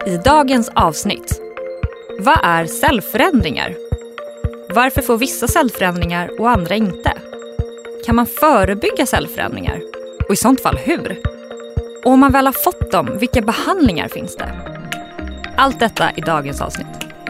I dagens avsnitt. Vad är cellförändringar? Varför får vissa cellförändringar och andra inte? Kan man förebygga cellförändringar? Och i sånt fall hur? Och om man väl har fått dem, vilka behandlingar finns det? Allt detta i dagens avsnitt.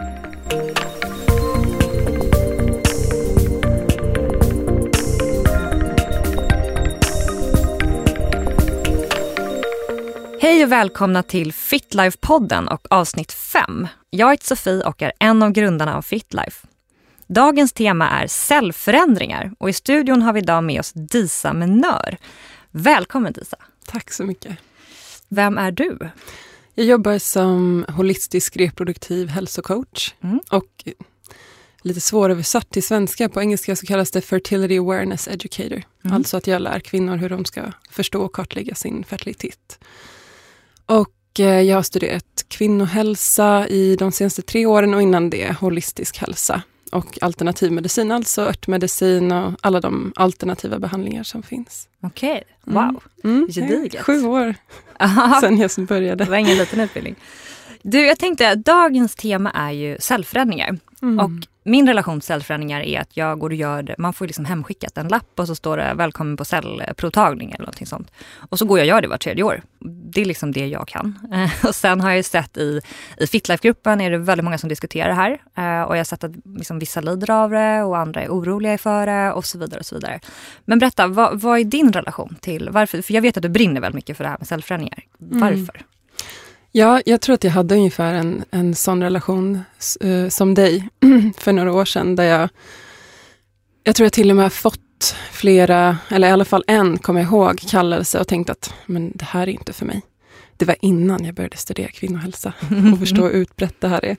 Hej och välkomna till FitLife-podden och avsnitt 5. Jag heter Sofie och är en av grundarna av FitLife. Dagens tema är cellförändringar och i studion har vi idag med oss Disa Menör. Välkommen Disa. Tack så mycket. Vem är du? Jag jobbar som holistisk reproduktiv hälsocoach och lite svåröversatt till svenska. På engelska så kallas det Fertility Awareness Educator. Alltså att jag lär kvinnor hur de ska förstå och kartlägga sin fertilitet. Och jag har studerat kvinnohälsa i de senaste 3 åren och innan det holistisk hälsa och alternativ medicin, alltså örtmedicin och alla de alternativa behandlingar som finns. Okej, wow. Gediget. 7 år sedan jag började. Det var ingen liten utbildning. Du, jag tänkte att dagens tema är ju cellförändringar. Och min relation till cellförändringar är att jag går och gör det. Man får liksom hemskickat en lapp och så står det välkommen på cellprovtagning eller någonting sånt. Och så går jag och gör det var 3:e år. Det är liksom det jag kan. Och sen har jag sett i FitLife-gruppen är det väldigt många som diskuterar det här. Och jag har sett att liksom vissa lider av det och andra är oroliga för det och så vidare och så vidare. Men berätta, vad är din relation till varför? För jag vet att du brinner väldigt mycket för det här med cellförändringar. Varför? Ja, jag tror att jag hade ungefär en sån relation som dig för några år sedan. Där jag tror jag till och med har fått flera, eller i alla fall en, kommer jag ihåg, kallelse och tänkt att men det här är inte för mig. Det var innan jag började studera kvinnohälsa och förstå hur utbrett det här är.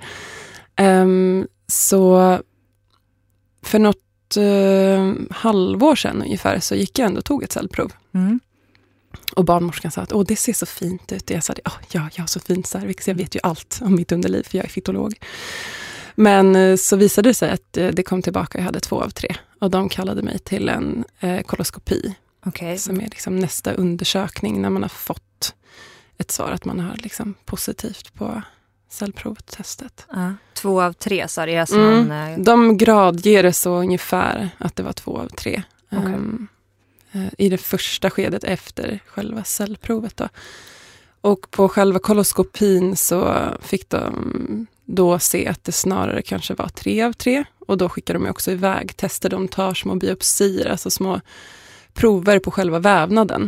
Så för något halvår sedan ungefär så gick jag ändå och tog ett cellprov. Och barnmorskan sa att det ser så fint ut. Och jag sa jag har så fint cervix. Jag vet ju allt om mitt underliv för jag är fitolog. Men så visade det sig att det kom tillbaka. Jag hade 2 av 3. Och de kallade mig till en koloskopi. Okay. Som är liksom nästa undersökning när man har fått ett svar att man har liksom positivt på cellprovtestet. 2 av 3 så är det som De gradger det så ungefär att det var 2 av 3. Okay. I det första skedet efter själva cellprovet då. Och på själva koloskopin så fick de då se att det snarare kanske var 3 av 3. Och då skickade de också iväg tester. De tar små biopsier, alltså små prover på själva vävnaden.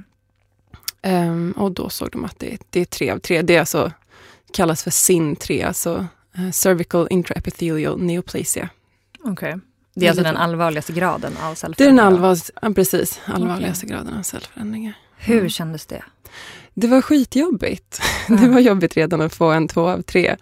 Och då såg de att det är 3 av 3. Det alltså kallas för CIN3, alltså cervical intraepithelial neoplasia. Okej. Det är alltså den allvarligaste graden av cellförändringar? Det är den allvarligaste graden av cellförändringar. Hur kändes det? Det var skitjobbigt. Det var jobbigt redan att få en 2 av 3.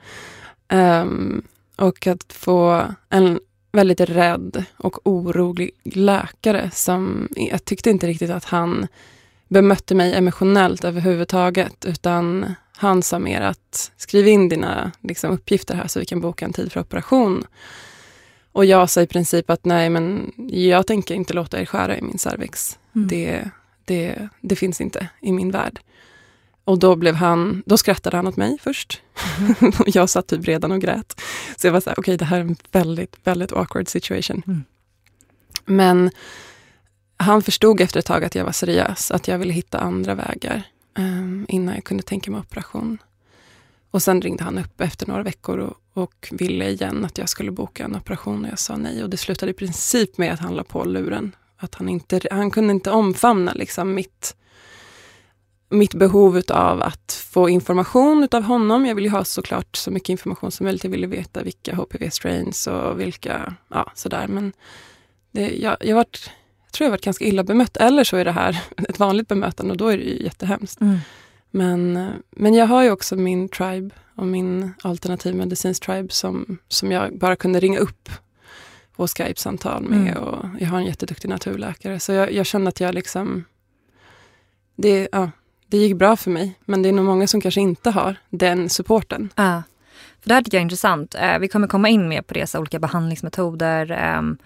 Och att få en väldigt rädd och orolig läkare som jag tyckte inte riktigt att han bemötte mig emotionellt överhuvudtaget, utan han sa mer att skriv in dina liksom, uppgifter här så vi kan boka en tid för operation. Och jag sa i princip att nej, men jag tänker inte låta er skära i min cervix. Det finns inte i min värld. Och då skrattade han åt mig först. Och jag satt typ redan och grät. Så jag var så här, okej, det här är en väldigt, väldigt awkward situation. Men han förstod efter ett tag att jag var seriös. Att jag ville hitta andra vägar innan jag kunde tänka mig operation. Och sen ringde han upp efter några veckor och ville igen att jag skulle boka en operation och jag sa nej. Och det slutade i princip med att han la på luren. Att han kunde inte omfamna liksom mitt behov av att få information utav honom. Jag ville ju ha såklart så mycket information som möjligt. Jag ville veta vilka HPV-strains och vilka, sådär. Men jag tror jag varit ganska illa bemött. Eller så är det här ett vanligt bemötande och då är det ju jättehemskt. Men jag har ju också min tribe och min alternativ medicins tribe som jag bara kunde ringa upp på Skype-samtal med och jag har en jätteduktig naturläkare så jag känner att jag liksom det gick bra för mig, men det är nog många som kanske inte har den supporten. För det här tycker jag är intressant. Vi kommer komma in mer på det, så olika behandlingsmetoder.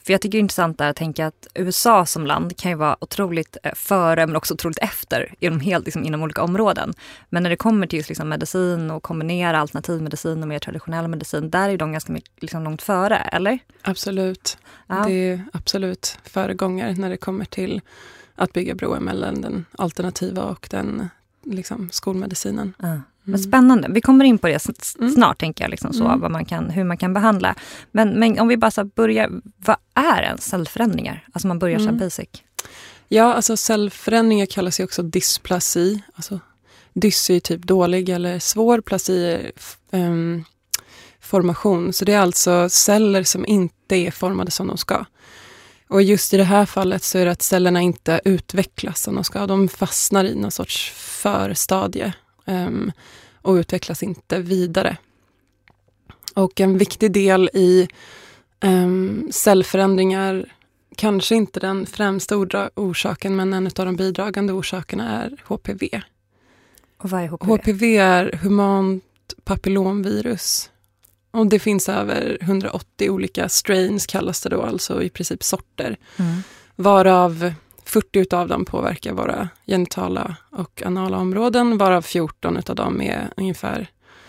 För jag tycker det är intressant där att tänka att USA som land kan ju vara otroligt före men också otroligt efter inom olika områden. Men när det kommer till just liksom medicin och kombinera alternativmedicin och mer traditionell medicin, där är de ganska liksom långt före, eller? Absolut. Ja. Det är absolut föregångare när det kommer till att bygga broar mellan den alternativa och den liksom, skolmedicinen. Ja. Men spännande. Vi kommer in på det snart, tänker jag, liksom så, hur man kan behandla. Men om vi bara så börjar, vad är en cellförändringar? Alltså man börjar så basic. Ja, alltså cellförändringar kallas ju också dysplasi. Alltså dys är typ dålig eller svår, plasi formation. Så det är alltså celler som inte är formade som de ska. Och just i det här fallet så är det att cellerna inte utvecklas som de ska. De fastnar i någon sorts förstadie. Och utvecklas inte vidare. Och en viktig del i cellförändringar, kanske inte den främsta orsaken, men en av de bidragande orsakerna är HPV. Och vad är HPV? HPV är humant papillomvirus. Och det finns över 180 olika strains, kallas det då, alltså i princip sorter. Varav 40 utav dem påverkar våra genitala och anala områden, varav 14 utav dem är ungefär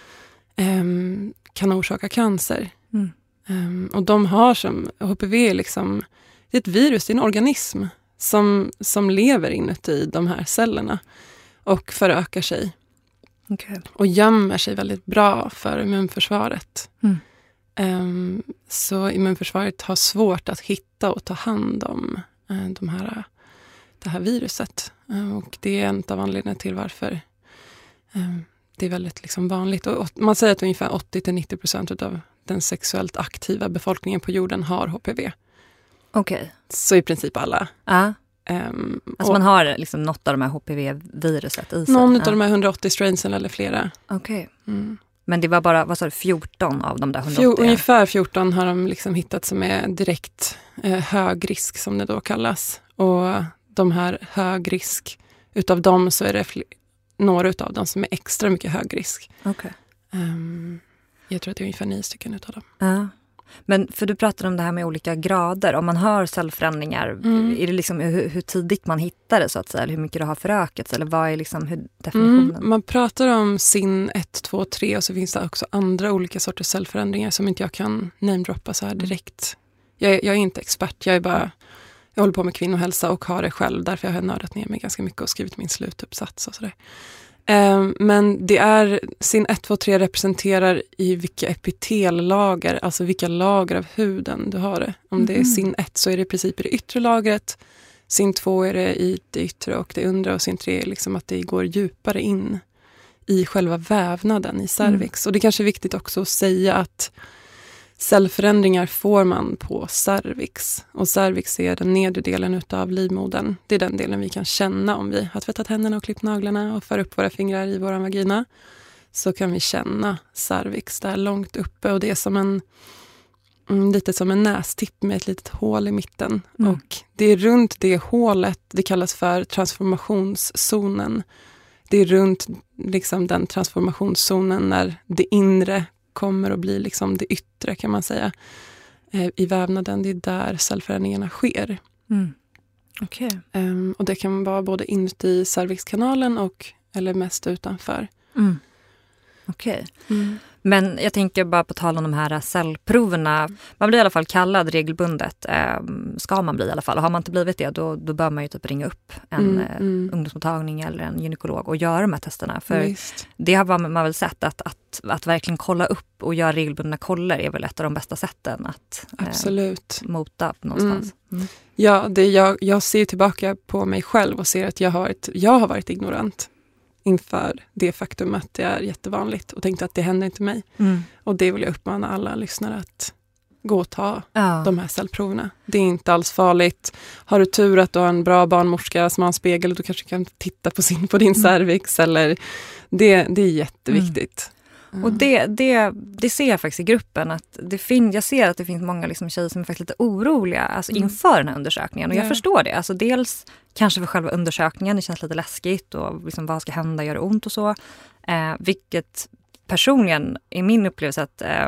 kan orsaka cancer. Och de har som HPV liksom, det är ett virus, det är en organism som lever inuti de här cellerna och förökar sig. Okay. Och gömmer sig väldigt bra för immunförsvaret. Så immunförsvaret har svårt att hitta och ta hand om det här viruset. Och det är en av anledningarna till varför det är väldigt liksom vanligt. Och man säger att ungefär 80-90% av den sexuellt aktiva befolkningen på jorden har HPV. Okej. Så i princip alla. Alltså man har liksom något av de här HPV-viruset i sig? Någon av de här 180 strainsen eller flera. Okej. Men det var bara, vad sa du, 14 av de där 180? Ungefär 14 har de liksom hittat som är direkt hög risk, som det då kallas. Och de här hög risk, utav dem så är det några utav dem som är extra mycket hög risk. Okay. Jag tror att det är ungefär 9 stycken utav dem. Ja. Men för du pratade om det här med olika grader. Om man har cellförändringar, är det liksom hur tidigt man hittar det så att säga? Eller hur mycket det har förökats? Eller vad är liksom definitionen? Man pratar om SIN 1, 2, 3 och så finns det också andra olika sorters cellförändringar som inte jag kan namedroppa så här direkt. Jag är inte expert, jag håller på med kvinnohälsa och har det själv. Därför jag har nördat ner mig ganska mycket och skrivit min slutuppsats och sådär. Men det är SIN 1, 2, 3 representerar i vilka epitellager, alltså vilka lager av huden du har det. Om det är SIN 1 så är det i princip i det yttre lagret. SIN 2 är det i det yttre och det undre och SIN 3 är liksom att det går djupare in i själva vävnaden i cervix. Och det är kanske är viktigt också att säga att cellförändringar får man på cervix. Och cervix är den nedre delen utav livmodern. Det är den delen vi kan känna om vi har tvättat händerna och klippt naglarna och för upp våra fingrar i våran vagina. Så kan vi känna cervix där långt uppe. Och det är som lite som en nästipp med ett litet hål i mitten. Och det är runt det hålet, det kallas för transformationszonen. Det är runt liksom den transformationszonen när det inre kommer att bli liksom det yttre, kan man säga, i vävnaden. Det är där cellförändringarna sker. Okay. Och det kan vara både inuti cervixkanalen eller mest utanför. Okej. Men jag tänker bara på tal om de här cellproverna. Man blir i alla fall kallad regelbundet. Ska man bli i alla fall. Och har man inte blivit det, då bör man ju typ ringa upp en ungdomsmottagning eller en gynekolog och göra de här testerna. För det har man väl sett att verkligen kolla upp och göra regelbundna koller är väl ett av de bästa sätten att mota någonstans. Ja, jag ser tillbaka på mig själv och ser att jag har varit ignorant inför det faktum att det är jättevanligt och tänkte att det händer inte mig. Och det vill jag uppmana alla lyssnare att gå och ta de här cellproverna. Det är inte alls farligt. Har du tur att du har en bra barnmorska som har en spegel och du kanske kan titta på din cervix eller det är jätteviktigt. Och det ser jag faktiskt i gruppen att jag ser att det finns många liksom tjejer som är faktiskt lite oroliga alltså inför den här undersökningen och jag förstår det. Alltså dels kanske för själva undersökningen, det känns lite läskigt och liksom vad ska hända, gör det ont och så. Vilket personligen är min upplevelse att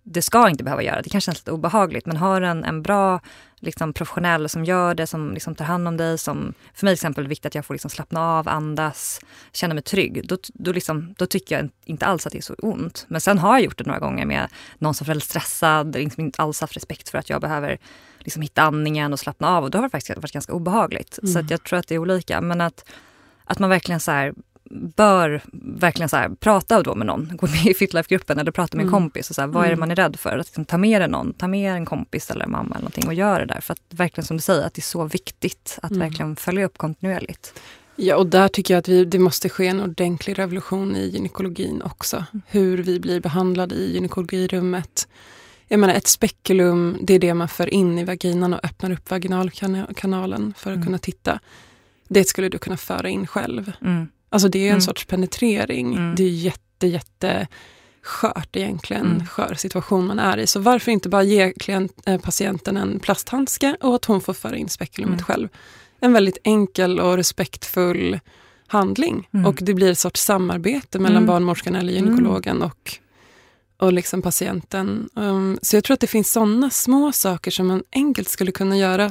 det ska inte behöva göra. Det kanske känns lite obehagligt, men har en bra liksom, professionell som gör det, som liksom, tar hand om dig. Som, för mig exempel är det viktigt att jag får liksom, slappna av, andas, känna mig trygg. Då tycker jag inte alls att det är så ont. Men sen har jag gjort det några gånger med någon som är väldigt stressad, liksom inte alls haft respekt för att jag behöver liksom, hitta andningen och slappna av. Och då har det faktiskt varit ganska obehagligt. Så att jag tror att det är olika. Men att man verkligen så här bör verkligen så här, prata då med någon, gå med i FitLife-gruppen eller prata med en kompis och så här, vad är det man är rädd för? Att liksom, ta med en kompis eller mamma eller någonting och göra det där. För att verkligen som du säger, att det är så viktigt att verkligen följa upp kontinuerligt. Ja, och där tycker jag att det måste ske en ordentlig revolution i gynekologin också. Hur vi blir behandlade i gynekologirummet. Jag menar, ett spekulum, det är det man för in i vaginan och öppnar upp vaginalkanalen för att kunna titta. Det skulle du kunna föra in själv. Alltså det är en sorts penetrering. Det är jätte skört egentligen. Skör situation man är i. Så varför inte bara ge patienten en plasthandske och att hon får föra in spekulumet själv. En väldigt enkel och respektfull handling. Och det blir ett sorts samarbete mellan barnmorskan eller gynekologen och liksom patienten. Så jag tror att det finns sådana små saker som man enkelt skulle kunna göra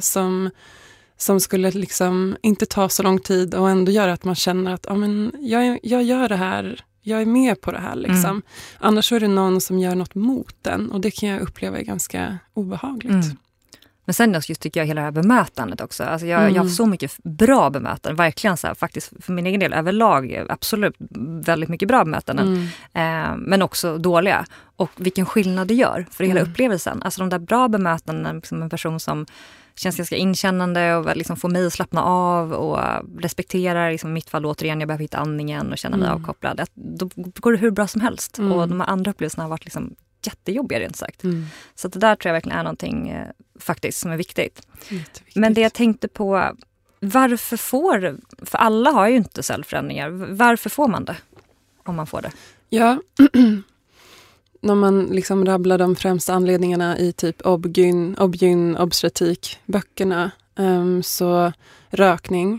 som skulle liksom inte ta så lång tid och ändå göra att man känner att jag gör det här, jag är med på det här liksom. Annars är det någon som gör något mot den och det kan jag uppleva är ganska obehagligt. Men sen just tycker jag hela det här bemötandet också. Alltså jag har så mycket bra bemötanden. Verkligen så här, faktiskt för min egen del överlag absolut väldigt mycket bra bemötanden. Men också dåliga. Och vilken skillnad det gör för hela upplevelsen. Alltså de där bra bemötanden, liksom en person som känns ganska inkännande och liksom får mig att slappna av och respekterar liksom mitt fall återigen, jag behöver hitta andningen och känna mig avkopplad. Då går det hur bra som helst. Och de här andra upplevelserna har varit liksom jättejobbiga rent sagt. Så det där tror jag verkligen är någonting faktiskt som är viktigt. Men det jag tänkte på, för alla har ju inte cellförändringar. Varför får man det? Om man får det. Ja, när man liksom rabblar de främsta anledningarna i typ obgyn, obstetrik, böckerna, så rökning,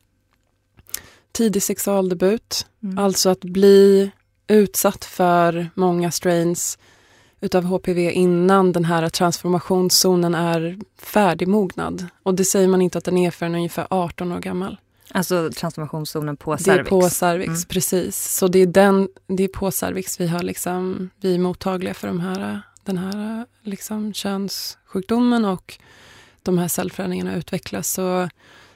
tidig sexualdebut, alltså att bli utsatt för många strains utav HPV innan den här transformationszonen är färdigmognad. Och det säger man inte att den är förrän ungefär 18 år gammal. Alltså transformationszonen på cervix. Det är på cervix, precis. Så det är på cervix vi är mottagliga för den här liksom könssjukdomen och de här cellförändringarna utvecklas. Så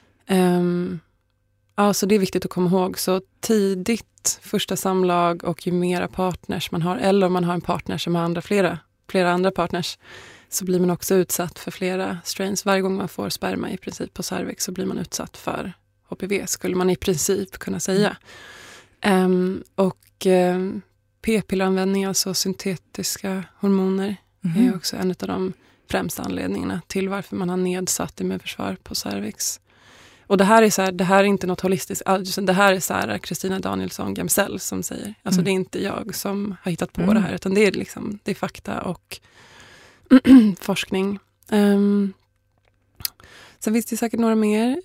det är viktigt att komma ihåg. Så tidigt första samlag och ju mera partners man har, eller om man har en partner som har flera andra partners, så blir man också utsatt för flera strains. Varje gång man får sperma i princip på cervix så blir man utsatt för HPV, skulle man i princip kunna säga. P-pilleranvändning, alltså syntetiska hormoner, är också en av de främsta anledningarna till varför man har nedsatt immunförsvar på cervix. Och det här är inte något holistiskt. Det här är så här Kristina Danielsson Gemsell som säger. Alltså det är inte jag som har hittat på det här, utan det är fakta och forskning. Sen finns det säkert några mer.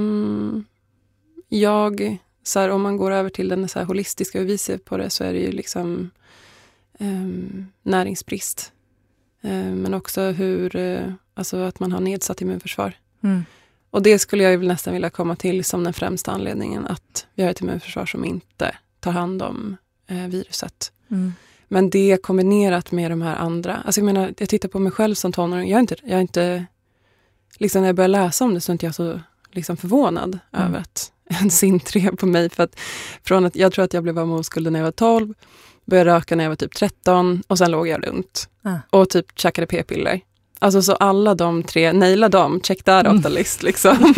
Om man går över till den så här holistiska och vi ser på det, så är det ju liksom näringsbrist. Men också alltså att man har nedsatt immunförsvar. Och det skulle jag väl nästan vilja komma till som den främsta anledningen, att vi har ett immunförsvar som inte tar hand om viruset. Men det kombinerat med de här andra, alltså jag menar, jag tittar på mig själv som tonåring, jag är inte liksom när jag börjar läsa om det så är inte jag så liksom förvånad över att en SIN3 på mig, för att jag tror att jag blev av med oskulden när jag var 12, började röka när jag var typ 13 och sen låg jag lugnt och typ käkade p-piller. Alltså så alla de 3, naila dem, check that off the list liksom.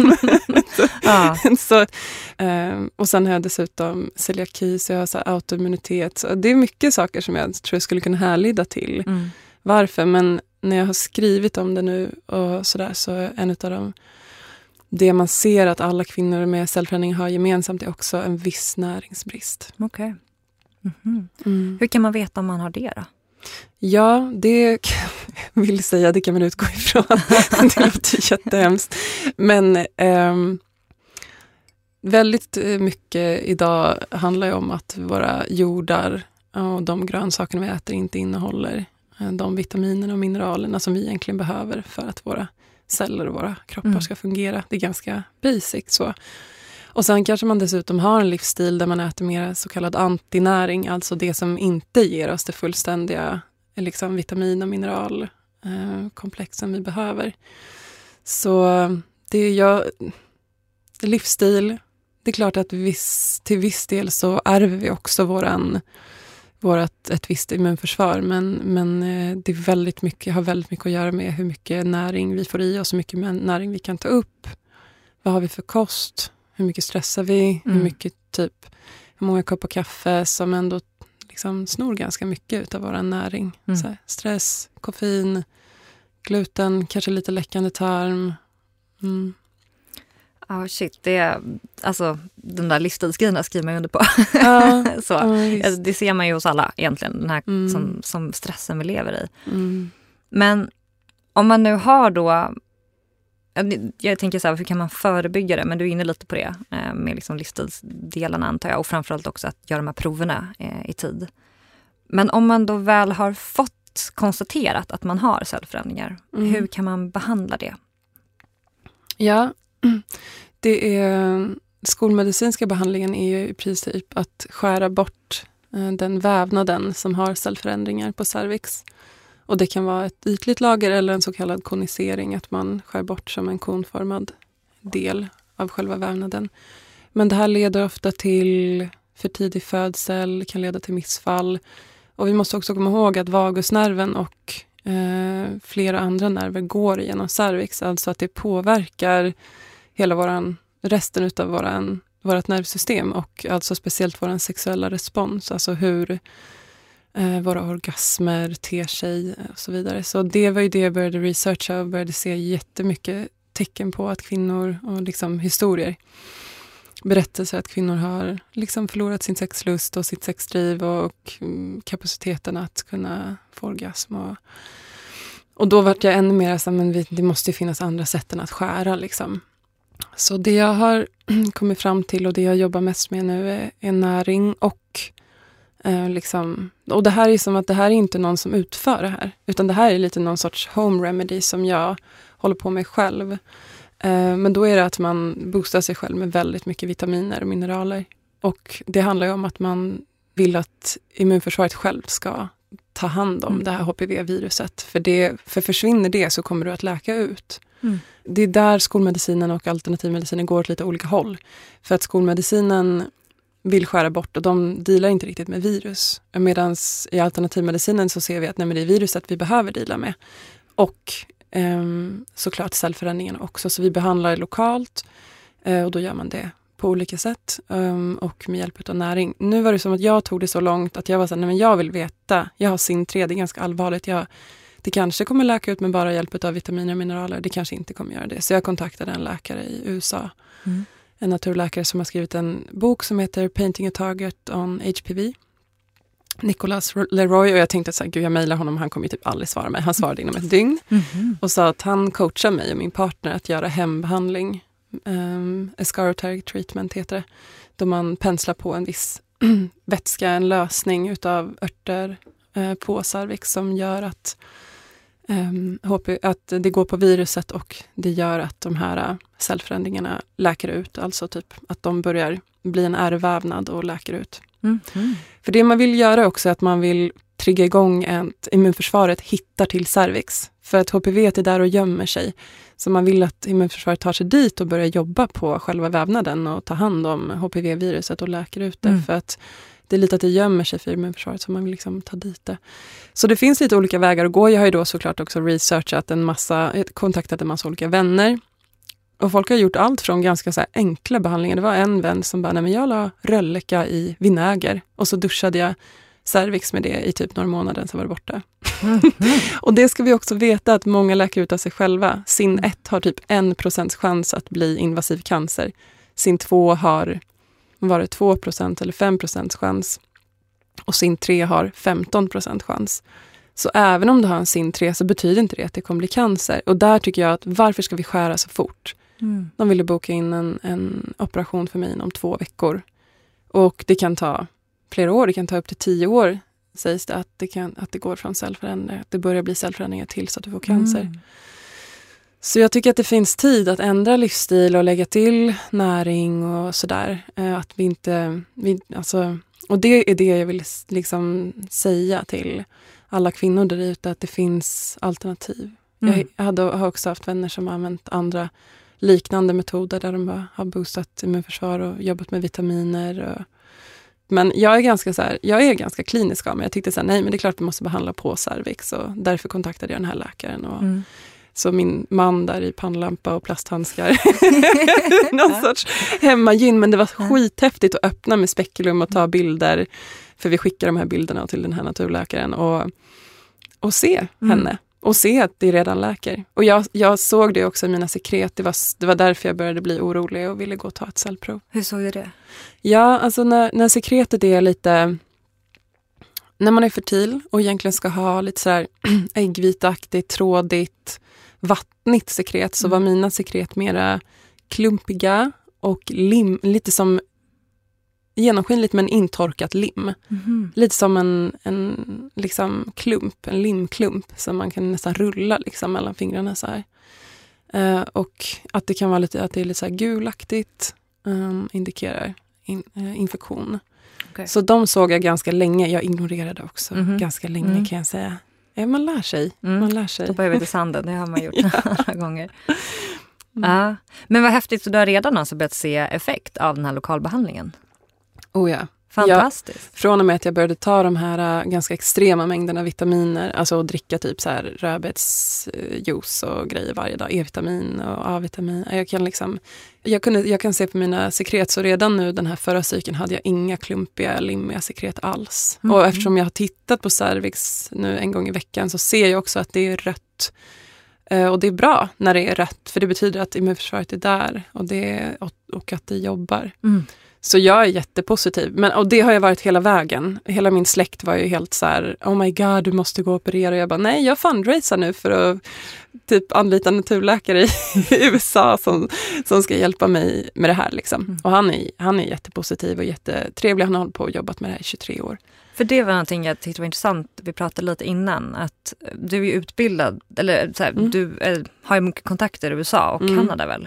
Och sen har jag dessutom celiaki, så jag har så här autoimmunitet. Så det är mycket saker som jag tror jag skulle kunna härleda till varför. Men när jag har skrivit om det nu och sådär, så är en av dem, det man ser att alla kvinnor med cellförändring har gemensamt, är också en viss näringsbrist. Okej. Hur kan man veta om man har det då? Ja, det vill säga, det kan man utgå ifrån. Det låter jättehemskt. Men väldigt mycket idag handlar ju om att våra jordar och de grönsakerna vi äter inte innehåller de vitaminerna och mineralerna som vi egentligen behöver för att våra celler och våra kroppar ska fungera. Det är ganska basic så. Och sen kanske man dessutom har en livsstil där man äter mer så kallad antinäring, alltså det som inte ger oss det fullständiga liksom vitamin- och mineralkomplexen vi behöver. Så det är livsstil. Det är klart att till viss del så ärver vi också ett visst immunförsvar, men det är väldigt mycket, har väldigt mycket att göra med hur mycket näring vi får i oss, hur mycket näring vi kan ta upp. Vad har vi för kost? Hur mycket stressar vi? Hur mycket hur många koppar kaffe som ändå liksom snor ganska mycket utav vår näring. Så här, stress, koffein, gluten, kanske lite läckande tarm. Ja, shit. Den där livsstilsgrejerna skriver man ju under på. Så, det ser man ju hos alla egentligen, den här som stressen vi lever i. Men om man nu har då, jag tänker så här, hur kan man förebygga det? Men du är inne lite på det med liksom livsstilsdelarna antar jag, och framförallt också att göra de här proverna i tid. Men om man då väl har fått konstaterat att man har cellförändringar, hur kan man behandla det? Ja, skolmedicinska behandlingen är ju i princip att skära bort den vävnaden som har cellförändringar på cervix. Och det kan vara ett ytligt lager eller en så kallad konisering, att man skär bort som en konformad del av själva vävnaden. Men det här leder ofta till för tidig födsel, kan leda till missfall. Och vi måste också komma ihåg att vagusnerven och flera andra nerver går genom cervix, alltså att det påverkar hela resten av vårt nervsystem, och alltså speciellt vår sexuella respons, alltså hur våra orgasmer ter sig och så vidare. Så det var ju det jag började researcha och började se jättemycket tecken på att kvinnor, och liksom historier, berättelser att kvinnor har liksom förlorat sin sexlust och sitt sexdriv och kapaciteten att kunna få orgasm. Och då var jag ännu mer så, men det måste ju finnas andra sätt än att skära liksom. Så det jag har kommit fram till och det jag jobbar mest med nu är näring och och det här är som att det här är inte någon som utför det här, utan det här är lite någon sorts home remedy som jag håller på med själv. Men då är det att man boostar sig själv med väldigt mycket vitaminer och mineraler. Och det handlar ju om att man vill att immunförsvaret själv ska ta hand om det här HPV-viruset. För försvinner det så kommer du att läka ut. Det är där skolmedicinen och alternativmedicinen går åt lite olika håll. För att skolmedicinen vill skära bort och de dealar inte riktigt med virus. Medan i alternativmedicinen så ser vi att det är viruset vi behöver deala med. Och såklart cellförändringarna också. Så vi behandlar lokalt och då gör man det på olika sätt och med hjälp av näring. Nu var det som att jag tog det så långt att jag var så här, nej men jag vill veta. Jag har SIN3, det är ganska allvarligt. Det kanske kommer läka ut med bara hjälp av vitaminer och mineraler. Det kanske inte kommer göra det. Så jag kontaktade en läkare i USA. En naturläkare som har skrivit en bok som heter Painting a Target on HPV. Nicolas Leroy, och jag tänkte så här, gud jag mejlar honom, han kommer ju typ aldrig svara mig. Han svarade inom ett dygn och sa att han coachar mig och min partner att göra hembehandling. Escharoteric treatment heter det. Då man penslar på en viss vätska, en lösning utav örter på cervix som gör att det går på viruset och det gör att de här cellförändringarna läker ut. Alltså typ att de börjar bli en ärrvävnad och läker ut. För det man vill göra också är att man vill trigga igång att immunförsvaret hittar till cervix. För att HPV är där och gömmer sig. Så man vill att immunförsvaret tar sig dit och börjar jobba på själva vävnaden och ta hand om HPV-viruset och läker ut det. För att det är lite att det gömmer sig för immunförsvaret, så man vill liksom ta dit det. Så det finns lite olika vägar att gå. Jag har ju då såklart också researchat kontaktat en massa olika vänner. Och folk har gjort allt från ganska så här enkla behandlingar. Det var en vän som bara, nej men jag la rölleka i vinäger. Och så duschade jag cervix med det i typ några månader, så var det borta. Och det ska vi också veta att många läker ut av sig själva. SIN1 har typ 1% chans att bli invasiv cancer. SIN2 har 2% eller 5% chans. Och SIN3 har 15% chans. Så även om du har en SIN3 så betyder inte det att det kommer bli cancer. Och där tycker jag att varför ska vi skära så fort? De ville boka in en operation för mig om 2 veckor. Och det kan ta flera år, det kan ta upp till 10 år. sägs det att det går från cellförändringar, att det börjar bli cellförändringar till så att du får cancer. Så jag tycker att det finns tid att ändra livsstil och lägga till näring och sådär. Att vi inte... och det är det jag vill liksom säga till alla kvinnor där ute, att det finns alternativ. Jag har också haft vänner som har använt andra liknande metoder där de har boostat immunförsvar och jobbat med vitaminer. Men jag är ganska klinisk av mig. Jag tyckte nej, men det är klart att vi måste behandla på cervix, och därför kontaktade jag den här läkaren. Och så min man där i pannlampa och plasthandskar. Någon sorts hemmagyn. Men det var skithäftigt att öppna med spekulum och ta bilder. För vi skickar de här bilderna till den här naturläkaren. Och se henne. Och se att det redan läker. Och jag såg det också i mina sekret. Det var därför jag började bli orolig och ville gå och ta ett cellprov. Hur såg du det? Ja, alltså när sekretet är lite... När man är fertil och egentligen ska ha lite så här äggvitaktigt, trådigt, vattnigt sekret, så var mina sekret mera klumpiga och lite som genomskinligt men intorkat lim. Lite som en liksom klump, en limklump som man kan nästan rulla liksom mellan fingrarna så här. Och att det kan vara lite, att det är lite så här gulaktigt, indikerar infektion. Okay. Så de såg jag ganska länge. Jag ignorerade också ganska länge kan jag säga. Ja, man lär sig. Man lär sig. Stoppa huvudet i sanden, det har man gjort några gånger. Men vad häftigt, så du har redan alltså börjat se effekt av den här lokalbehandlingen. Oh ja. Fantastiskt. Från och med att jag började ta de här ganska extrema mängderna vitaminer, alltså att dricka typ så här rödbetsjuice och grejer varje dag, E-vitamin och A-vitamin. Jag kan se på mina sekret, så redan nu den här förra cykeln hade jag inga klumpiga, limmiga sekret alls. Och eftersom jag har tittat på cervix nu en gång i veckan, så ser jag också att det är rött. Och det är bra när det är rött, för det betyder att immunförsvaret är där och att det jobbar. Så jag är jättepositiv. Och det har jag varit hela vägen. Hela min släkt var ju helt så här: oh my god, du måste gå och operera. Och jag bara, nej, jag fundraisar nu för att typ anlita naturläkare i USA som ska hjälpa mig med det här liksom. Och han är jättepositiv och jättetrevlig. Han har hållit på och jobbat med det här i 23 år. För det var någonting jag tyckte var intressant. Vi pratade lite innan att du är utbildad, eller så här, du har ju mycket kontakter i USA och Kanada väl.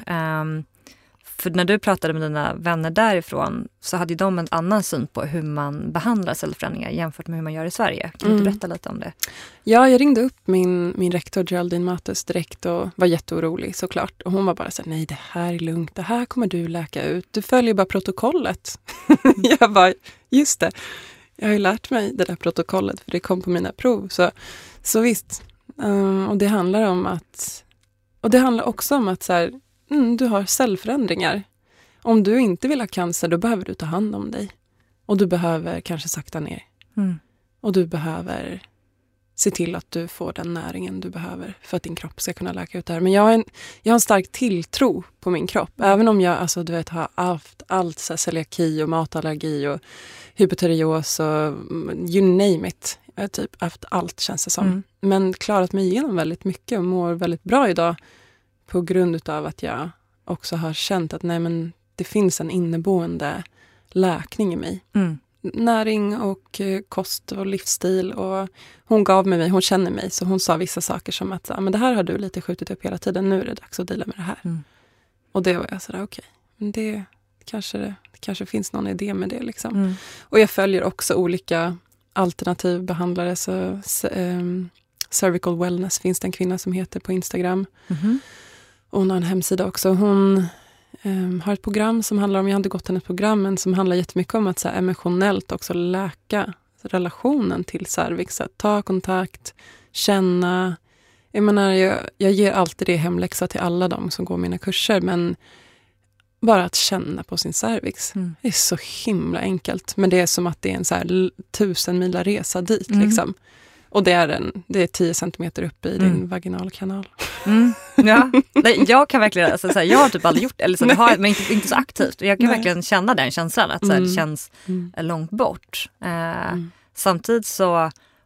För när du pratade med dina vänner därifrån så hade de en annan syn på hur man behandlar cellförändringar jämfört med hur man gör i Sverige. Kan du inte berätta lite om det? Ja, jag ringde upp min rektor Geraldine Mattes direkt och var jätteorolig såklart. Och hon var bara så här: nej, det här är lugnt, det här kommer du läka ut. Du följer bara protokollet. Jag bara, just det. Jag har ju lärt mig det där protokollet för det kom på mina prov. Så visst. Och det handlar om att... Och det handlar också om att så här... du har cellförändringar. Om du inte vill ha cancer, då behöver du ta hand om dig. Och du behöver kanske sakta ner. Och du behöver se till att du får den näringen du behöver för att din kropp ska kunna läka ut det här. Men jag har en stark tilltro på min kropp. Även om jag har haft allt så här, celiaki och matallergi och hypotyreos och you name it. Jag har typ haft allt, känns det som. Men klarat mig igenom väldigt mycket och mår väldigt bra idag. På grund av att jag också har känt att det finns en inneboende läkning i mig. Näring och kost och livsstil. Och hon gav mig, hon känner mig. Så hon sa vissa saker som att men det här har du lite skjutit upp hela tiden. Nu är det dags att dela med det här. Och det var jag sådär, okej. Men det kanske finns någon idé med det liksom. Och jag följer också olika alternativbehandlare. Så Cervical Wellness finns det en kvinna som heter på Instagram. Och hon har en hemsida också. Hon har ett program som handlar om, jag har inte gått hennes program, men som handlar jättemycket om att så här, emotionellt också läka relationen till cervix. Att ta kontakt, känna. Jag menar, jag ger alltid det hemläxa till alla de som går mina kurser, men bara att känna på sin cervix. Det är så himla enkelt. Men det är som att det är en så här 1000 mila resa dit liksom. Och det är 10 centimeter upp i din vaginalkanal. Ja, nej, jag kan verkligen, alltså, så här, jag har typ aldrig gjort det, eller så, det har, men inte så aktivt. Jag kan verkligen känna den känslan, att så här, det känns långt bort. Samtidigt så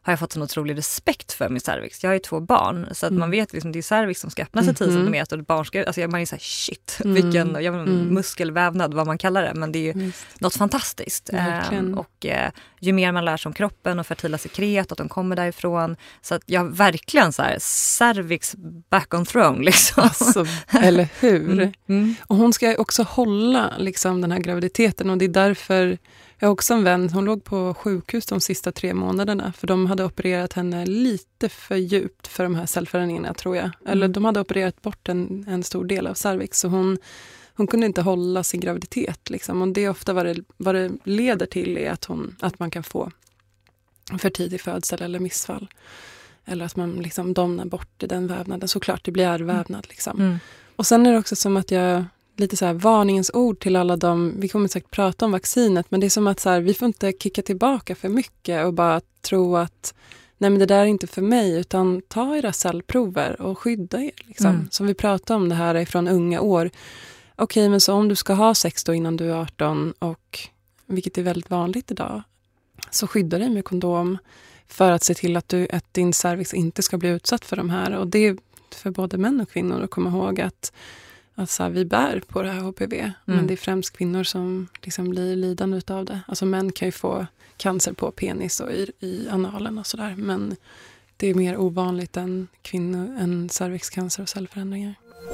har jag fått en otrolig respekt för min cervix. Jag har ju 2 barn så att man vet liksom det är cervix som ska öppna sig 10 centimeter och ett barn ska, alltså man är så här shit, vilken muskelvävnad vad man kallar det, men det är ju något fantastiskt. Och ju mer man lär sig om kroppen och fertila sekret att de kommer därifrån, så att jag verkligen så här cervix back on throne liksom. Alltså, eller hur? Och hon ska också hålla liksom den här graviditeten, och det är därför jag har också en vän, hon låg på sjukhus de sista 3 månaderna för de hade opererat henne lite för djupt för de här cellförändringarna tror jag. Eller de hade opererat bort en stor del av cervix, så hon kunde inte hålla sin graviditet liksom. Och det är ofta vad det leder till är att man kan få för tidig födsel eller missfall. Eller att man liksom domnar bort i den vävnaden. Såklart, det blir ärrvävnad liksom. Och sen är det också som att jag lite så här varningens ord till alla dem, vi kommer säkert prata om vaccinet, men det är som att så här, vi får inte kicka tillbaka för mycket och bara tro att nej men det där är inte för mig, utan ta era cellprover och skydda er liksom. Som vi pratar om det här är från unga år. Okej, men så om du ska ha sex då innan du är 18, och vilket är väldigt vanligt idag, så skydda dig med kondom för att se till att din cervix inte ska bli utsatt för de här. Och det är för både män och kvinnor att komma ihåg att alltså, vi bär på det här HPV, men det är främst kvinnor som liksom blir lidande utav det. Alltså män kan ju få cancer på penis och i analen och sådär, men det är mer ovanligt än cervixcancer och cellförändringar.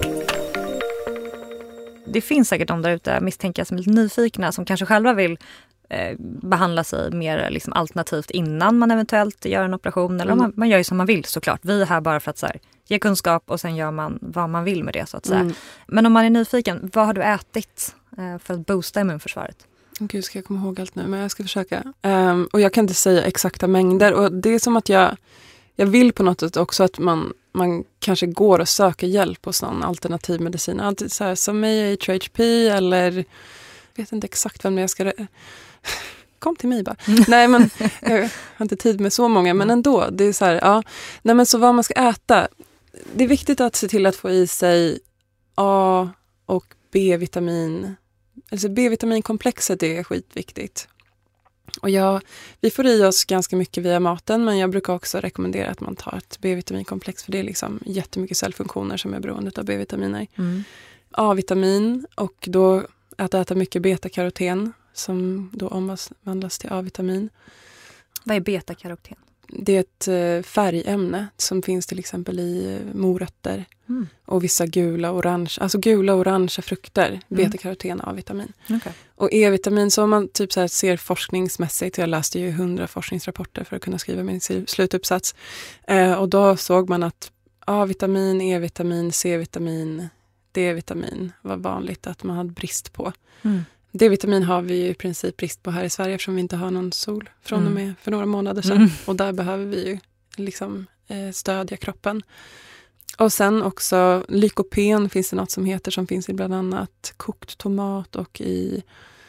Det finns säkert de där ute, misstänker jag, som är lite nyfikna, som kanske själva vill behandla sig mer liksom alternativt innan man eventuellt gör en operation. Eller man gör ju som man vill såklart. Vi är här bara för att så här, ge kunskap och sen gör man vad man vill med det så att säga. Men om man är nyfiken, vad har du ätit för att boosta immunförsvaret? Gud, ska jag komma ihåg allt nu? Men jag ska försöka. Och jag kan inte säga exakta mängder. Och det är som att jag vill på något sätt också att man kanske går och söker hjälp hos någon alternativ medicin. Alltid så här, som mig i HHP eller jag vet inte exakt vem jag ska... Kom till mig bara. Nej, men jag har inte tid med så många, men ändå. Det är så här, ja. Nej, men så vad man ska äta. Det är viktigt att se till att få i sig A och B-vitamin. Alltså B-vitaminkomplexet är skitviktigt. Och vi får i oss ganska mycket via maten, men jag brukar också rekommendera att man tar ett B-vitaminkomplex, för det är liksom jättemycket cellfunktioner som är beroende av B-vitaminer. A-vitamin, och då att äta mycket beta-karoten som då omvandlas till A-vitamin. Vad är beta-karoten? Det är ett färgämne som finns till exempel i morötter och vissa gula och orangea frukter. Beta-karoten och A-vitamin. Okay. Och E-vitamin, så om man typ så här ser forskningsmässigt, jag läste ju 100 forskningsrapporter för att kunna skriva min slutuppsats. Och då såg man att A-vitamin, E-vitamin, C-vitamin, D-vitamin var vanligt att man hade brist på. D-vitamin har vi ju i princip brist på här i Sverige eftersom vi inte har någon sol från och med för några månader sedan. Och där behöver vi ju liksom stödja kroppen. Och sen också lykopen finns det något som heter, som finns i bland annat kokt tomat och i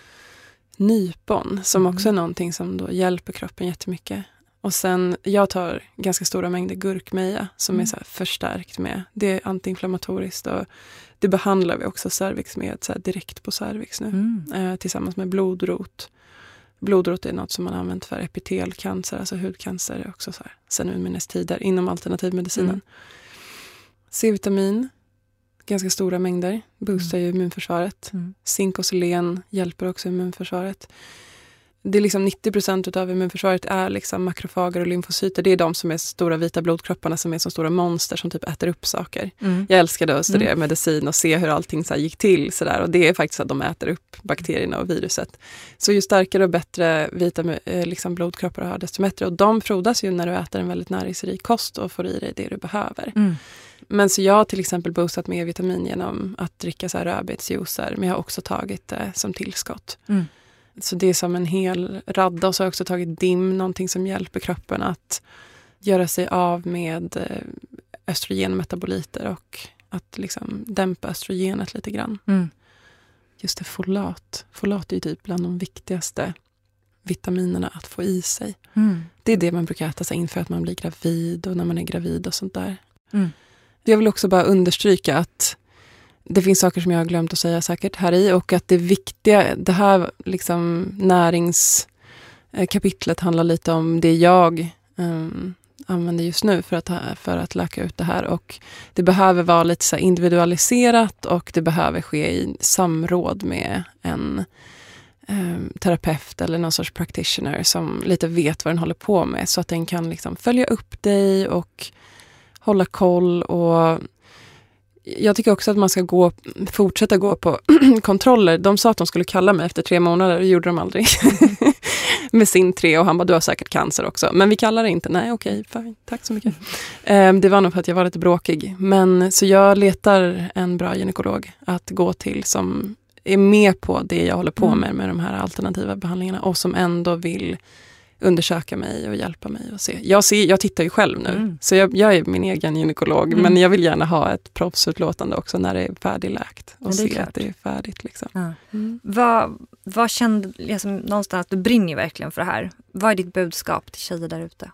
nypon, som också är någonting som då hjälper kroppen jättemycket. Och sen, jag tar ganska stora mängder gurkmeja som är så här förstärkt med. Det är antiinflammatoriskt och det behandlar vi också cervix med så här direkt på cervix nu. Tillsammans med blodrot. Blodrot är något som man har använt för epitelcancer, alltså hudcancer är också så här sen urminnes tider inom alternativmedicinen. C-vitamin, ganska stora mängder, boostar ju immunförsvaret. Zink och selen hjälper också immunförsvaret. Det är liksom 90% av immunförsvaret är liksom makrofager och lymfocyter. Det är de som är stora vita blodkropparna som är som stora monster som typ äter upp saker. Jag älskade att studera medicin och se hur allting så här gick till. Så där. Och det är faktiskt att de äter upp bakterierna och viruset. Så ju starkare och bättre vita liksom blodkroppar du har, desto bättre. Och de frodas ju när du äter en väldigt näringsrik kost och får i dig det du behöver. Men så jag har till exempel boostat med vitamin genom att dricka så här rödbetsjuicer. Men jag har också tagit det som tillskott. Så det är som en hel radda, och så har jag också tagit DIM, någonting som hjälper kroppen att göra sig av med östrogenmetaboliter och att liksom dämpa östrogenet lite grann. Just det, folat. Folat är ju typ bland de viktigaste vitaminerna att få i sig. Det är det man brukar äta sig inför att man blir gravid och när man är gravid och sånt där. Jag vill också bara understryka att det finns saker som jag har glömt att säga säkert här i, och att det viktiga, det här liksom näringskapitlet handlar lite om det jag använder just nu för att läka ut det här. Och det behöver vara lite så här individualiserat och det behöver ske i samråd med en terapeut eller någon sorts practitioner som lite vet vad den håller på med, så att den kan liksom följa upp dig och hålla koll. Och jag tycker också att man ska fortsätta gå på kontroller. De sa att de skulle kalla mig efter 3 månader, det gjorde de aldrig. Med sin 3 och han bara, du har säkert cancer också. Men vi kallar det inte. Nej, okej, fine, tack så mycket. Det var nog för att jag var lite bråkig. Men så jag letar en bra gynekolog att gå till som är med på det jag håller på med de här alternativa behandlingarna och som ändå vill undersöka mig och hjälpa mig att se. Jag tittar ju själv nu, så jag är min egen gynekolog, men jag vill gärna ha ett proffsutlåtande också när det är färdigläkt och se att det är färdigt. Liksom. Ja. Vad kände liksom, någonstans att du brinner verkligen för det här? Vad är ditt budskap till tjejer där ute?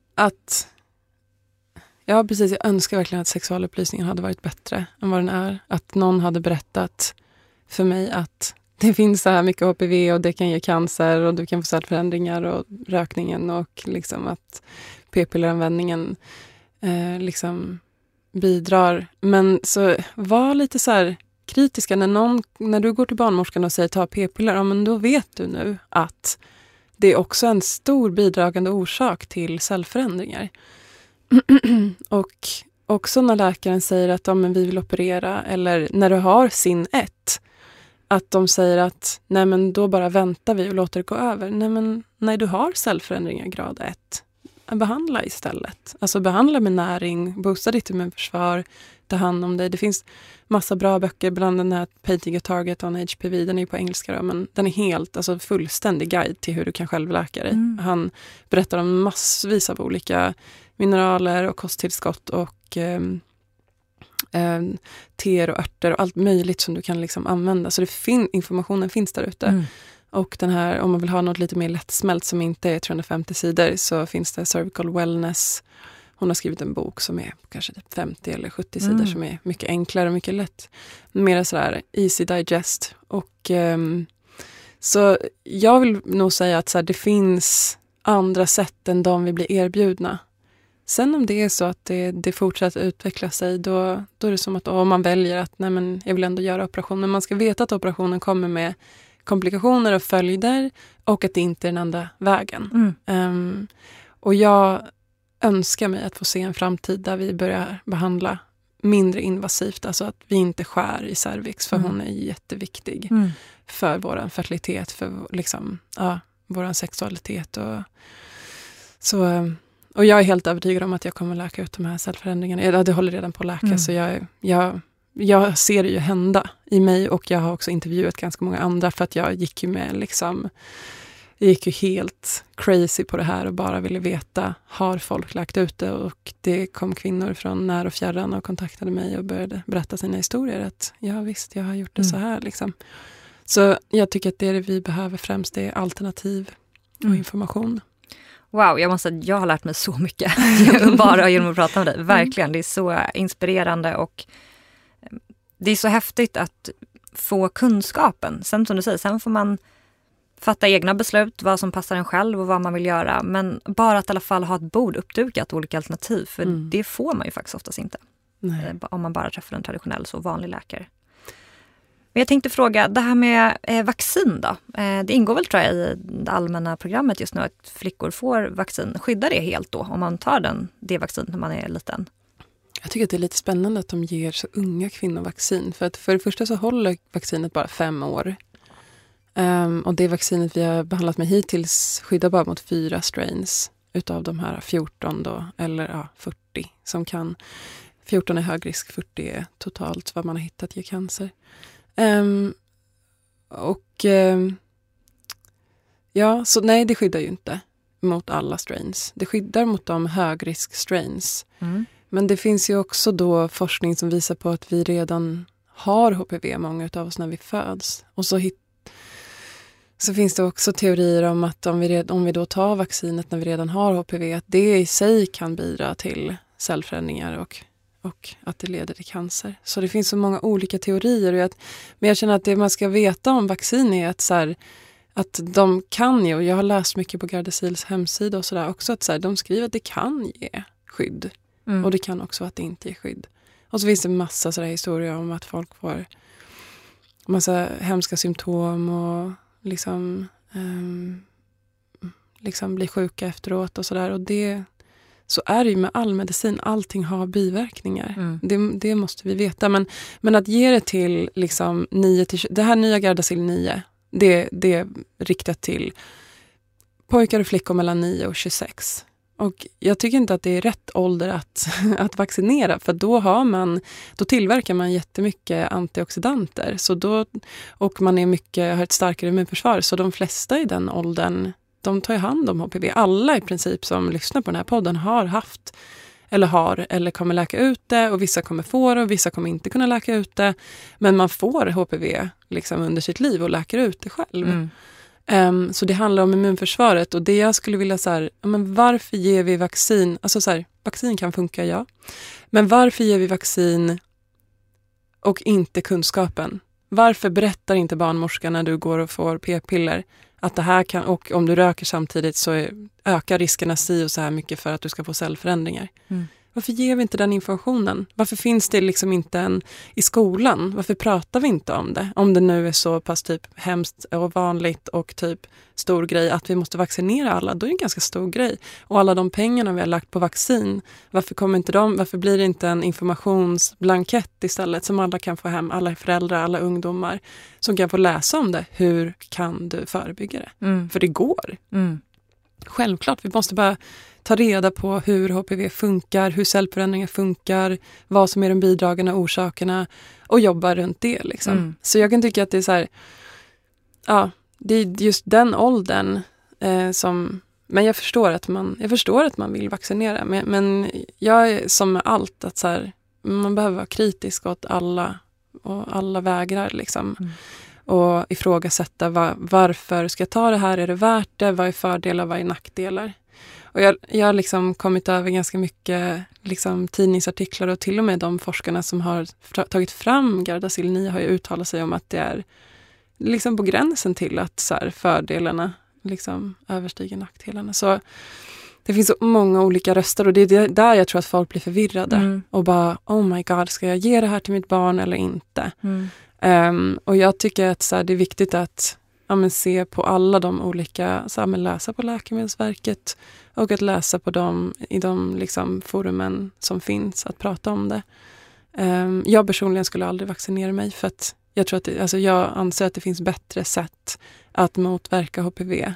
Ja, precis. Jag önskar verkligen att sexualupplysningen hade varit bättre än vad den är. Att någon hade berättat för mig att det finns så här mycket HPV och det kan ge cancer och du kan få cellförändringar och rökningen och liksom att p-pilleranvändningen liksom bidrar. Men så var lite så här kritiska när du går till barnmorskan och säger ta p-piller, ja, men då vet du nu att det är också en stor bidragande orsak till cellförändringar. Och också när läkaren säger att men vi vill operera, eller när du har sin 1, att de säger att nej, men då bara väntar vi och låter det gå över. Nej, du har cellförändringar grad 1. Behandla istället. Alltså behandla med näring, boosta ditt immunförsvar, ta hand om dig. Det finns massa bra böcker, bland den här Painting a Target on HPV, den är på engelska då, men den är helt, alltså fullständig guide till hur du kan själv läka dig. Han berättar om massvis av olika mineraler och kosttillskott och teer och örter och allt möjligt som du kan liksom använda. Så informationen finns där ute. Och den här, om man vill ha något lite mer lättsmält som inte är 350 sidor, så finns det Cervical Wellness. Hon har skrivit en bok som är kanske typ 50 eller 70 sidor som är mycket enklare och mycket lätt. Mer sådär easy digest. Och så jag vill nog säga att så här, det finns andra sätt än de vi blir erbjudna. Sen om det är så att det fortsätter utveckla sig, då är det som att om man väljer att nej, men jag vill ändå göra operation. Men man ska veta att operationen kommer med komplikationer och följder och att det inte är den enda vägen. Och jag önskar mig att få se en framtid där vi börjar behandla mindre invasivt. Alltså att vi inte skär i cervix, för hon är jätteviktig för vår fertilitet, för liksom, vår sexualitet. Och jag är helt övertygad om att jag kommer läka ut de här cellförändringarna. Det håller redan på att läka, så jag ser det ju hända i mig, och jag har också intervjuat ganska många andra, för att jag gick ju helt crazy på det här och bara ville veta, har folk läkt ut det? Och det kom kvinnor från när och fjärran och kontaktade mig och började berätta sina historier, att ja visst, jag har gjort det så här liksom. Så jag tycker att det vi behöver främst, det är alternativ och information. Wow, jag har lärt mig så mycket bara genom att prata med dig. Verkligen, det är så inspirerande och det är så häftigt att få kunskapen. Sen som du säger, sen får man fatta egna beslut, vad som passar en själv och vad man vill göra. Men bara att i alla fall ha ett bord uppdukat, olika alternativ. För det får man ju faktiskt oftast inte. Nej. Om man bara träffar en traditionell, så vanlig läkare. Men jag tänkte fråga, det här med vaccin då. Det ingår väl, tror jag, i det allmänna programmet just nu att flickor får vaccin. Skyddar det helt då om man tar det vaccin när man är liten? Jag tycker att det är lite spännande att de ger så unga kvinnor vaccin. För att för det första så håller vaccinet bara 5 år. Och det vaccinet vi har behandlat med hittills skyddar bara mot 4 strains utav de här 14 då, eller 40 som kan. 14 är hög risk, 40 är totalt vad man har hittat ger cancer. Så nej, det skyddar ju inte mot alla strains. Det skyddar mot de högrisk strains. Men det finns ju också då forskning som visar på att vi redan har HPV, många av oss, när vi föds. Och så finns det också teorier om att om vi då tar vaccinet när vi redan har HPV, att det i sig kan bidra till cellförändringar och att det leder till cancer. Så det finns så många olika teorier. Men jag känner att det man ska veta om vaccin är att så här, att de kan ju, och jag har läst mycket på Gardasils hemsida och sådär också, att så här, de skriver att det kan ge skydd. Och det kan också att det inte ger skydd. Och så finns det massa sådär historier om att folk får massa hemska symptom och liksom blir sjuka efteråt och sådär. Och så är det ju med all medicin. Allting har biverkningar. Det måste vi veta. Men att ge det till liksom 9-20, det här nya Gardasil 9, det är riktat till pojkar och flickor mellan 9 och 26. Och jag tycker inte att det är rätt ålder att vaccinera, för då tillverkar man jättemycket antioxidanter. Och man har ett starkare immunförsvar, så de flesta i den åldern, de tar ju hand om HPV. Alla i princip som lyssnar på den här podden har haft eller kommer läka ut det, och vissa kommer få det och vissa kommer inte kunna läka ut det. Men man får HPV liksom under sitt liv och läker ut det själv. Så det handlar om immunförsvaret, och det jag skulle vilja men varför ger vi vaccin? Alltså vaccin kan funka, ja. Men varför ger vi vaccin och inte kunskapen? Varför berättar inte barnmorskan när du går och får p-piller att det här kan, och om du röker samtidigt så ökar riskerna si och så här mycket för att du ska få cellförändringar? Varför ger vi inte den informationen? Varför finns det liksom inte i skolan? Varför pratar vi inte om det? Om det nu är så pass typ hemskt och vanligt och typ stor grej att vi måste vaccinera alla, då är det en ganska stor grej. Och alla de pengarna vi har lagt på vaccin, varför blir det inte en informationsblankett istället som alla kan få hem, alla föräldrar, alla ungdomar som kan få läsa om det? Hur kan du förebygga det? För det går. Självklart, vi måste bara ta reda på hur HPV funkar, hur cellförändringar funkar, vad som är de bidragande orsakerna, och jobba runt det liksom. Så jag kan tycka att det är så här, det är just den åldern men jag förstår att man vill vaccinera, men jag är som med allt att så här, man behöver vara kritisk åt alla, och alla vägrar liksom. Och ifrågasätta varför ska jag ta det här, är det värt det, vad är fördelar, vad är nackdelar? Och jag har liksom kommit över ganska mycket liksom tidningsartiklar, och till och med de forskarna som har tagit fram Gardasil 9 har ju uttalat sig om att det är liksom på gränsen till att så här, fördelarna liksom överstiger nackdelarna. Så det finns så många olika röster, och det är där jag tror att folk blir förvirrade och bara, oh my god, ska jag ge det här till mitt barn eller inte? Och jag tycker att så här, det är viktigt att se på alla de olika, läsa på Läkemedelsverket och att läsa på i de liksom forumen som finns att prata om det. Jag personligen skulle aldrig vaccinera mig, för att jag tror att jag anser att det finns bättre sätt att motverka HPV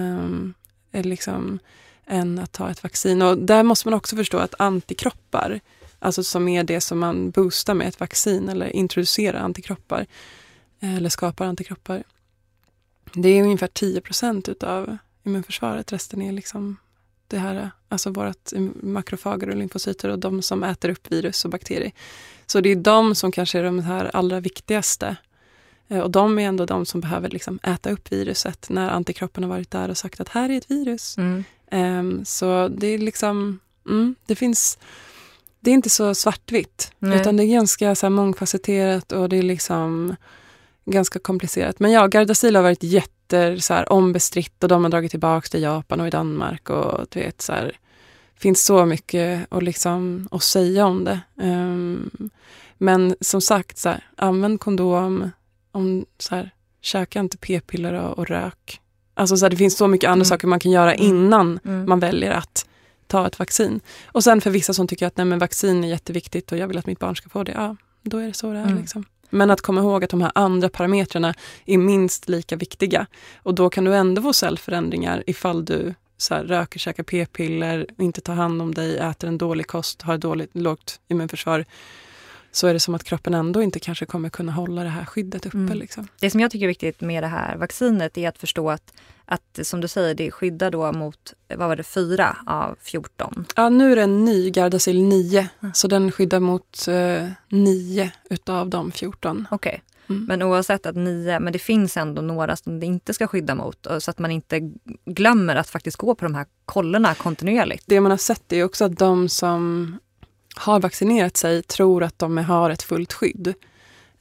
än att ta ett vaccin. Och där måste man också förstå att antikroppar, alltså som är det som man boostar med ett vaccin eller introducerar antikroppar eller skapar antikroppar, det är ungefär 10% utav immunförsvaret. Resten är liksom det här, alltså vårat makrofager och lymfocyter och de som äter upp virus och bakterier. Så det är de som kanske är de här allra viktigaste. Och de är ändå de som behöver liksom äta upp viruset när antikroppen har varit där och sagt att här är ett virus. Så det är liksom, det är inte så svartvitt. Utan det är ganska så här mångfacetterat, och det är liksom ganska komplicerat. Men ja, Gardasil har varit så här ombestritt, och de har dragit tillbaka till Japan och i Danmark, och du vet så här, finns så mycket att säga om det. Men som sagt, så här, använd kondom, käka inte p-piller och rök. Alltså så här, det finns så mycket andra saker man kan göra innan man väljer att ta ett vaccin. Och sen för vissa som tycker att nej, men vaccin är jätteviktigt och jag vill att mitt barn ska få det, då är det så det är liksom. Men att komma ihåg att de här andra parametrarna är minst lika viktiga. Och då kan du ändå få cellförändringar ifall du så här, röker, käkar p-piller, inte tar hand om dig, äter en dålig kost, har ett lågt immunförsvar. Så är det som att kroppen ändå inte kanske kommer kunna hålla det här skyddet uppe. Liksom. Det som jag tycker är viktigt med det här vaccinet är att förstå att som du säger, det skyddar då mot, 4 av 14? Ja, nu är det en ny Gardasil 9. Så den skyddar mot 9 utav de 14. Okej. Men oavsett att 9, men det finns ändå några som det inte ska skydda mot, så att man inte glömmer att faktiskt gå på de här kollerna kontinuerligt. Det man har sett är också att de som har vaccinerat sig tror att de har ett fullt skydd.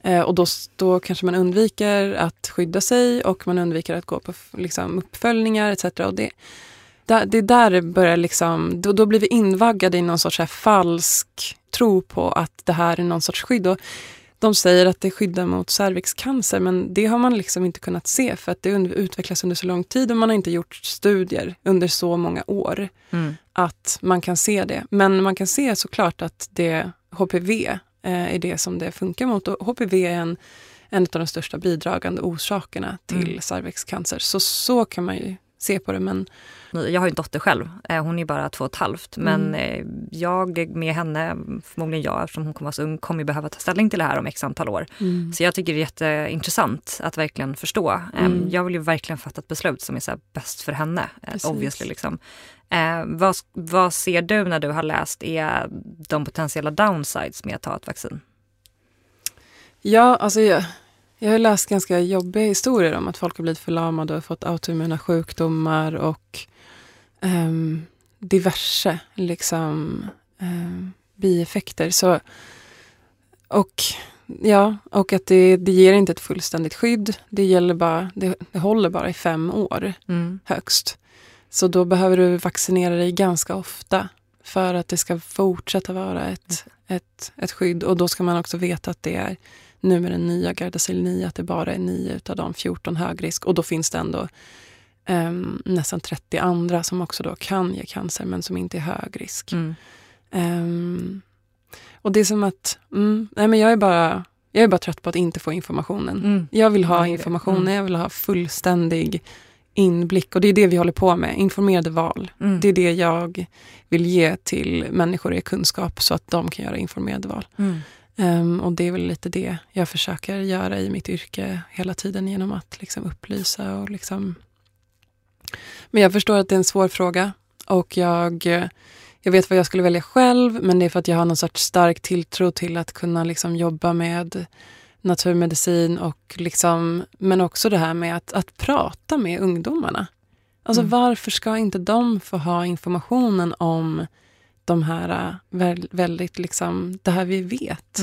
Och då kanske man undviker att skydda sig och man undviker att gå på liksom, uppföljningar etc. Och det är där det börjar liksom, då blir vi invaggade i någon sorts här falsk tro på att det här är någon sorts skydd. Och de säger att det skyddar mot cervixcancer, men det har man liksom inte kunnat se för att det utvecklas under så lång tid och man har inte gjort studier under så många år att man kan se det. Men man kan se såklart att HPV är det som det funkar mot, och HPV är en av de största bidragande orsakerna till cervixcancer. Så kan man ju se på det, men... Jag har ju en dotter själv. Hon är bara 2,5. Men jag med henne, förmodligen jag, eftersom hon kommer vara så ung, kommer ju behöva ta ställning till det här om x antal år. Så jag tycker det är jätteintressant att verkligen förstå. Jag vill ju verkligen fatta ett beslut som är så här bäst för henne. Obviously liksom. Vad ser du när du har läst är de potentiella downsides med att ta ett vaccin? Ja, alltså jag har läst ganska jobbiga historier om att folk har blivit förlamade och fått autoimmuna sjukdomar och diverse liksom, bieffekter. Så, och att det ger inte ett fullständigt skydd. Det håller bara i 5 år högst. Så då behöver du vaccinera dig ganska ofta för att det ska fortsätta vara ett skydd. Och då ska man också veta att det är nu med den nya Gardasil 9 att det bara är 9 utav de 14 högrisk. Och då finns det ändå nästan 30 andra som också då kan ge cancer men som inte är högrisk. Och det är som att nej men jag är bara trött på att inte få informationen. Jag vill ha informationen, jag vill ha fullständig inblick, och det är det vi håller på med, informerade val. Det är det jag vill ge till människor i kunskap så att de kan göra informerade val. Och det är väl lite det jag försöker göra i mitt yrke hela tiden genom att liksom upplysa och liksom... Men jag förstår att det är en svår fråga och jag vet vad jag skulle välja själv, men det är för att jag har någon sorts stark tilltro till att kunna liksom jobba med naturmedicin och liksom, men också det här med att prata med ungdomarna. Alltså varför ska inte de få ha informationen om de här väldigt liksom, det här vi vet.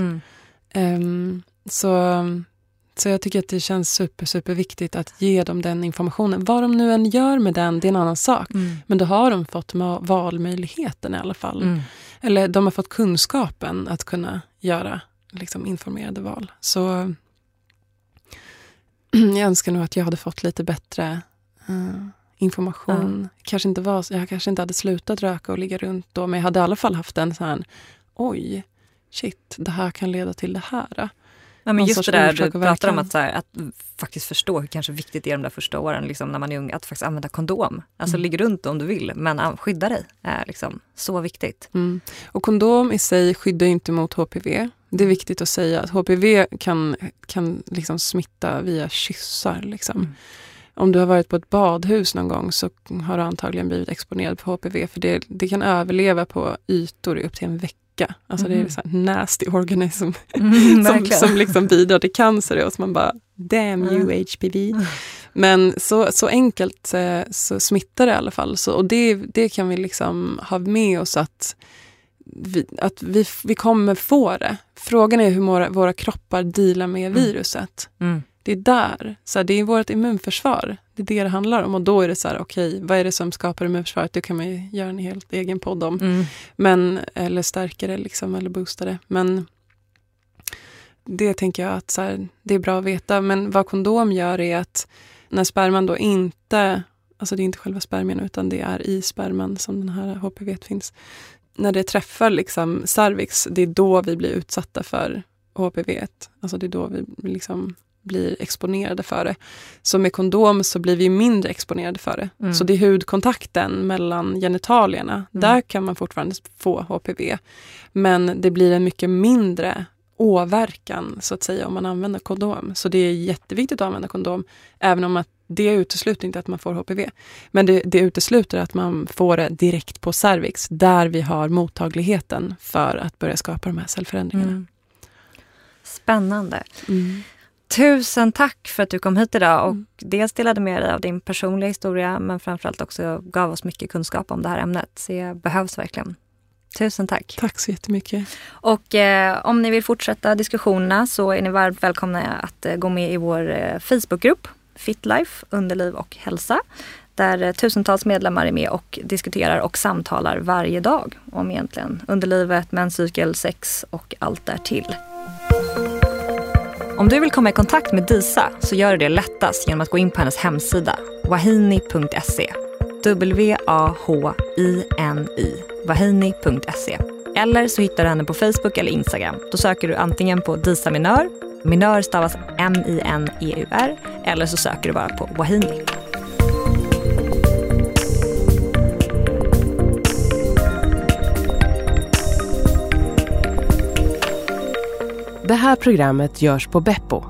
Så jag tycker att det känns super viktigt att ge dem den informationen. Vad de nu än gör med den, det är en annan sak. Men då har de fått valmöjligheten i alla fall. Eller de har fått kunskapen att kunna göra liksom informerade val. Så jag önskar nog att jag hade fått lite bättre information. Jag kanske inte hade slutat röka och ligga runt då, men jag hade i alla fall haft en sån här, oj, shit, det här kan leda till det här. Ja, men just det där du pratar om att faktiskt förstå hur kanske viktigt det är de där första åren liksom, när man är ung, att faktiskt använda kondom. Alltså ligga runt om du vill, men skydda dig är liksom så viktigt. Och kondom i sig skyddar inte mot HPV. Det är viktigt att säga att HPV kan liksom smitta via kyssar liksom. Om du har varit på ett badhus någon gång så har du antagligen blivit exponerad för HPV, för det kan överleva på ytor i upp till en vecka. Alltså det är så här nasty organism som liksom bidrar till cancer, och så man bara damn you HPV. Men så enkelt så smittar det i alla fall. Så, och det kan vi liksom ha med oss att vi kommer få det. Frågan är hur våra kroppar dealar med viruset. Det är där. Så här, det är vårt immunförsvar. Det är det handlar om. Och då är det så här, okej, vad är det som skapar immunförsvaret? Det kan man ju göra en helt egen podd om. Eller stärka det liksom, eller boosta det. Men det tänker jag att så här, det är bra att veta. Men vad kondom gör är att när sperman då inte, alltså det är inte själva spermien utan det är i sperman som den här HPV finns. När det träffar liksom cervix, det är då vi blir utsatta för HPV. Alltså det är då vi liksom blir exponerade för det. Så med kondom så blir vi mindre exponerade för det. Så det är hudkontakten mellan genitalierna. Där kan man fortfarande få HPV. Men det blir en mycket mindre åverkan så att säga om man använder kondom. Så det är jätteviktigt att använda kondom, även om att det utesluter inte att man får HPV. Men det utesluter att man får det direkt på cervix, där vi har mottagligheten för att börja skapa de här cellförändringarna. Spännande. Tusen tack för att du kom hit idag och dels delade med dig av din personliga historia, men framförallt också gav oss mycket kunskap om det här ämnet. Så det behövs verkligen. Tusen tack. Tack så jättemycket. Och om ni vill fortsätta diskussionerna så är ni varmt välkomna att gå med i vår Facebookgrupp Fitlife, underliv och hälsa. Där tusentals medlemmar är med och diskuterar och samtalar varje dag om egentligen underlivet, menscykel, sex och allt därtill. Om du vill komma i kontakt med Disa så gör det lättast genom att gå in på hennes hemsida wahini.se. WAHINI, wahini.se. Eller så hittar du henne på Facebook eller Instagram. Då söker du antingen på Disa Minör, Minör stavas MINEUR, eller så söker du bara på Wahini. Det här programmet görs på Beppo.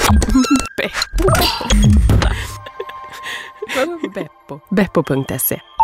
Beppo.se